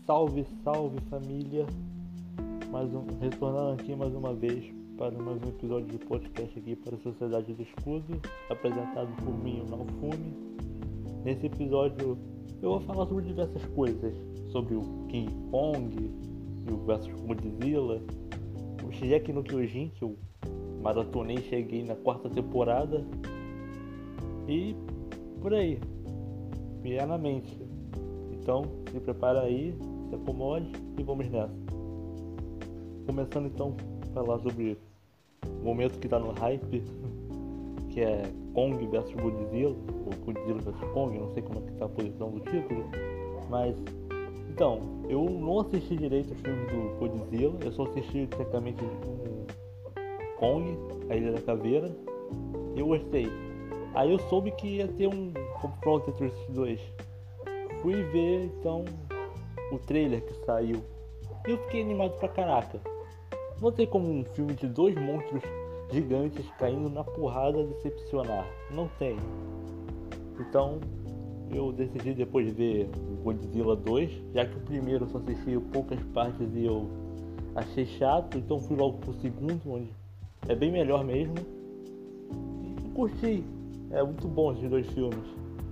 Salve, salve família! Retornando aqui mais uma vez para mais um episódio de podcast aqui para a Sociedade do Escudo, apresentado por mim, o Malfume. Nesse episódio eu vou falar sobre diversas coisas, sobre o King Kong e o versus Godzilla, o Shingeki no Kyojin, que eu maratonei e cheguei na 4ª temporada, e por aí, vier na mente. Então, se prepara aí, se acomode e vamos nessa. Começando então a falar sobre o momento que tá no hype, que é Kong vs Godzilla, ou Godzilla vs Kong, não sei como é que tá a posição do título, mas então, eu não assisti direito os filmes do Godzilla, eu só assisti tecnicamente o Kong, a Ilha da Caveira, e eu gostei. Aí eu soube que ia ter um confronto entre esses dois. Fui ver então o trailer que saiu e eu fiquei animado pra caraca. Não tem como um filme de dois monstros gigantes caindo na porrada decepcionar. Não tem. Então eu decidi depois ver o Godzilla 2, já que o primeiro eu só assisti poucas partes e eu achei chato, então fui logo pro segundo, onde é bem melhor mesmo. E curti. É muito bom esses dois filmes.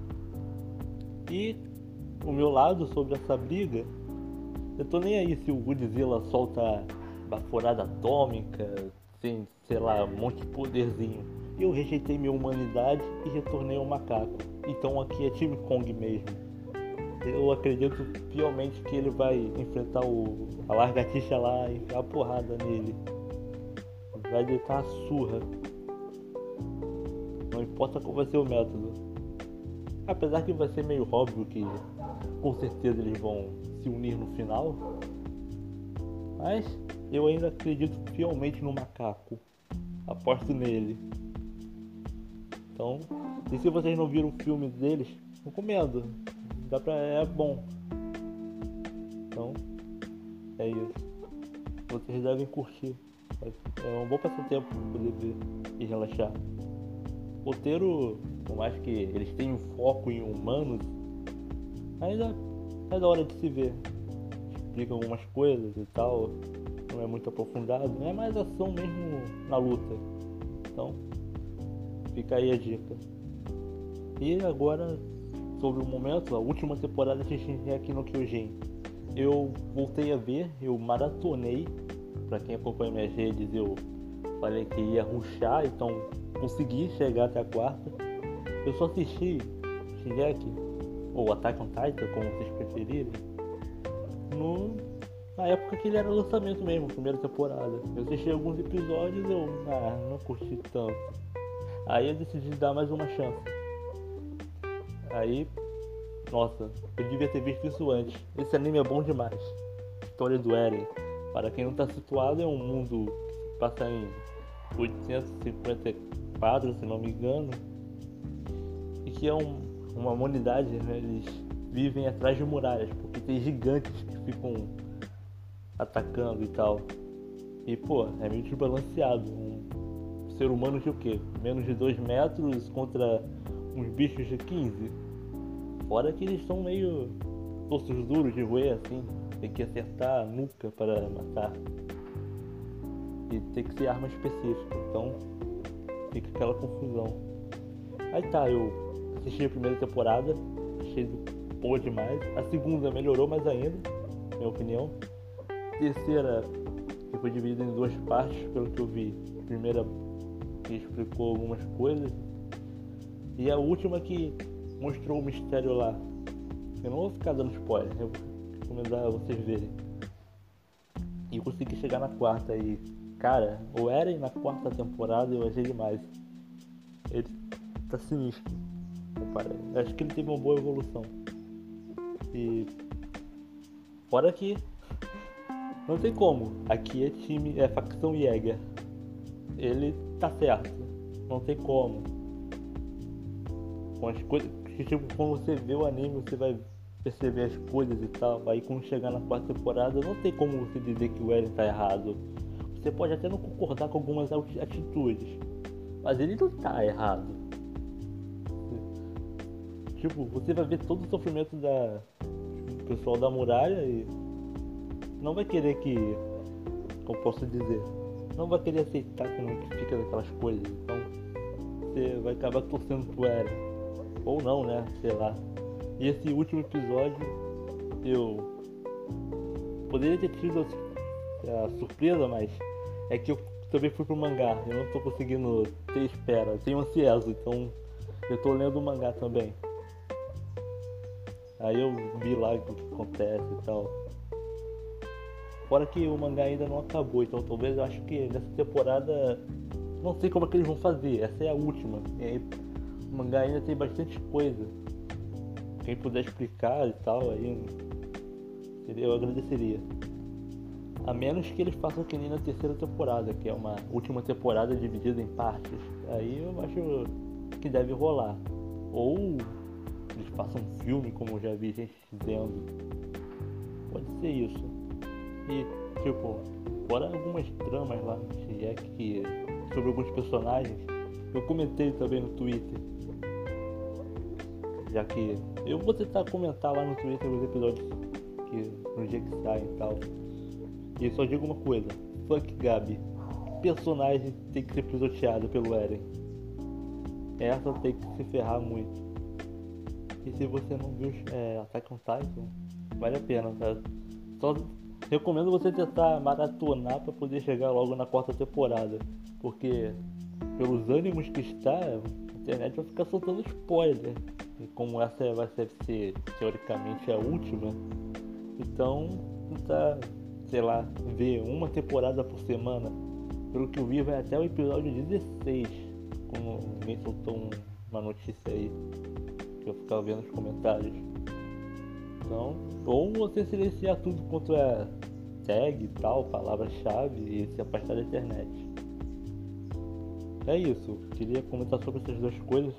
E o meu lado sobre essa briga, eu tô nem aí se o Godzilla solta baforada atômica, tem, sei lá, um monte de poderzinho. Eu rejeitei minha humanidade e retornei ao macaco. Então aqui é time Kong mesmo. Eu acredito fielmente que ele vai enfrentar a lagartixa lá e enfiar a porrada nele. Vai deitar a surra. Não importa qual vai ser o método. Apesar que vai ser meio óbvio que com certeza eles vão se unir no final. Mas eu ainda acredito fielmente no macaco. Aposto nele. Então, e se vocês não viram o filme deles, recomendo. É bom. Então, é isso. Vocês devem curtir. É um bom passatempo poder ver e relaxar. O roteiro, por mais que eles tenham foco em humanos, ainda é da hora de se ver. Explica algumas coisas e tal, não é muito aprofundado, é mais ação mesmo na luta. Então, fica aí a dica. E agora, sobre o momento, a última temporada de Shingeki no Kyojin. Eu voltei a ver, eu maratonei. Pra quem acompanha minhas redes, eu falei que ia rushar, então consegui chegar até a 4ª. Eu só assisti Shingeki, ou Attack on Titan, como vocês preferirem, na época que ele era lançamento mesmo, primeira temporada. Eu assisti alguns episódios e eu não curti tanto. Aí eu decidi dar mais uma chance. Aí, nossa, eu devia ter visto isso antes. Esse anime é bom demais. História do Eren. Para quem não está situado, é um mundo que passa em 854, se não me engano, e que é uma humanidade, né? Eles vivem atrás de muralhas, porque tem gigantes que ficam atacando e tal. E pô, é meio desbalanceado. Um ser humano de o quê? Menos de 2 metros contra uns bichos de 15. Fora que eles são meio ossos duros de roer, assim. Tem que acertar a nuca para matar. E tem que ser arma específica. Então fica aquela confusão. Aí tá, eu assisti a primeira temporada, achei boa demais. A segunda melhorou mais ainda, na minha opinião. A terceira, que foi dividida em 2 partes, pelo que eu vi. A primeira que explicou algumas coisas, e a última que mostrou o mistério lá. Eu não vou ficar dando spoiler, eu vou recomendar vocês verem. E eu consegui chegar na 4ª e, cara, o Eren na 4ª temporada eu achei demais. Ele tá sinistro. Acho que ele teve uma boa evolução. E fora que não tem como. Aqui é time, é facção Jäger. Ele tá certo. Não tem como. Com as coisas, tipo, quando você vê o anime, você vai perceber as coisas e tal. Aí quando chegar na 4ª temporada, não tem como você dizer que o Eren tá errado. Você pode até não concordar com algumas atitudes, mas ele não tá errado. Tipo, você vai ver todo o sofrimento do pessoal da muralha e não vai querer que, como posso dizer, não vai querer aceitar como que fica daquelas coisas. Então você vai acabar torcendo pro Eren. Ou não, né? Sei lá. E esse último episódio eu poderia ter tido a surpresa, mas é que eu também fui pro mangá. Eu não tô conseguindo ter espera. Eu tenho ansioso, então eu tô lendo o mangá também. Aí eu vi lá o que acontece e tal. Fora que o mangá ainda não acabou, então talvez eu acho que nessa temporada não sei como é que eles vão fazer, essa é a última. E aí o mangá ainda tem bastante coisa. Quem puder explicar e tal, aí eu agradeceria. A menos que eles façam que nem na terceira temporada, que é uma última temporada dividida em partes. Aí eu acho que deve rolar. Ou eles façam um filme, como eu já vi gente dizendo. Pode ser isso. E tipo, fora algumas tramas lá no Shingeki sobre alguns personagens, eu comentei também no Twitter. Já que eu vou tentar comentar lá no Twitter os episódios que no dia que saem e tal. E só digo uma coisa, fuck Gabi. Personagem tem que ser pisoteado pelo Eren. Essa tem que se ferrar muito. E se você não viu Attack on Titan, vale a pena, tá? Só recomendo você tentar maratonar para poder chegar logo na 4ª temporada. Porque pelos ânimos que está, a internet vai ficar soltando spoiler. E como essa vai ser teoricamente a última, então tá, sei lá, ver uma temporada por semana. Pelo que eu vi, vai até o episódio 16, como alguém soltou uma notícia aí que eu ficava vendo nos comentários. Então, ou você silenciar tudo quanto é tag e tal, palavra-chave, e se afastar da internet. É isso, queria comentar sobre essas duas coisas.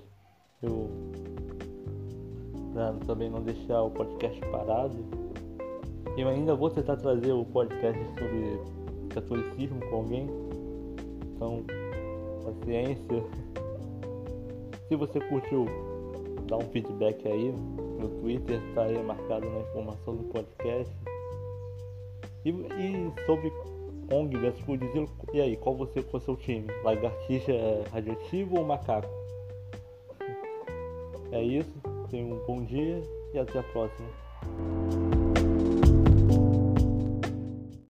Pra também não deixar o podcast parado. Eu ainda vou tentar trazer o podcast sobre catolicismo com alguém. Então, paciência. Se você curtiu, dá um feedback aí. Meu Twitter tá aí marcado na informação do podcast. E sobre Kong vs Godzilla, e aí, qual você for seu time? Lagartixa radioativo ou macaco? É isso, tenha um bom dia e até a próxima.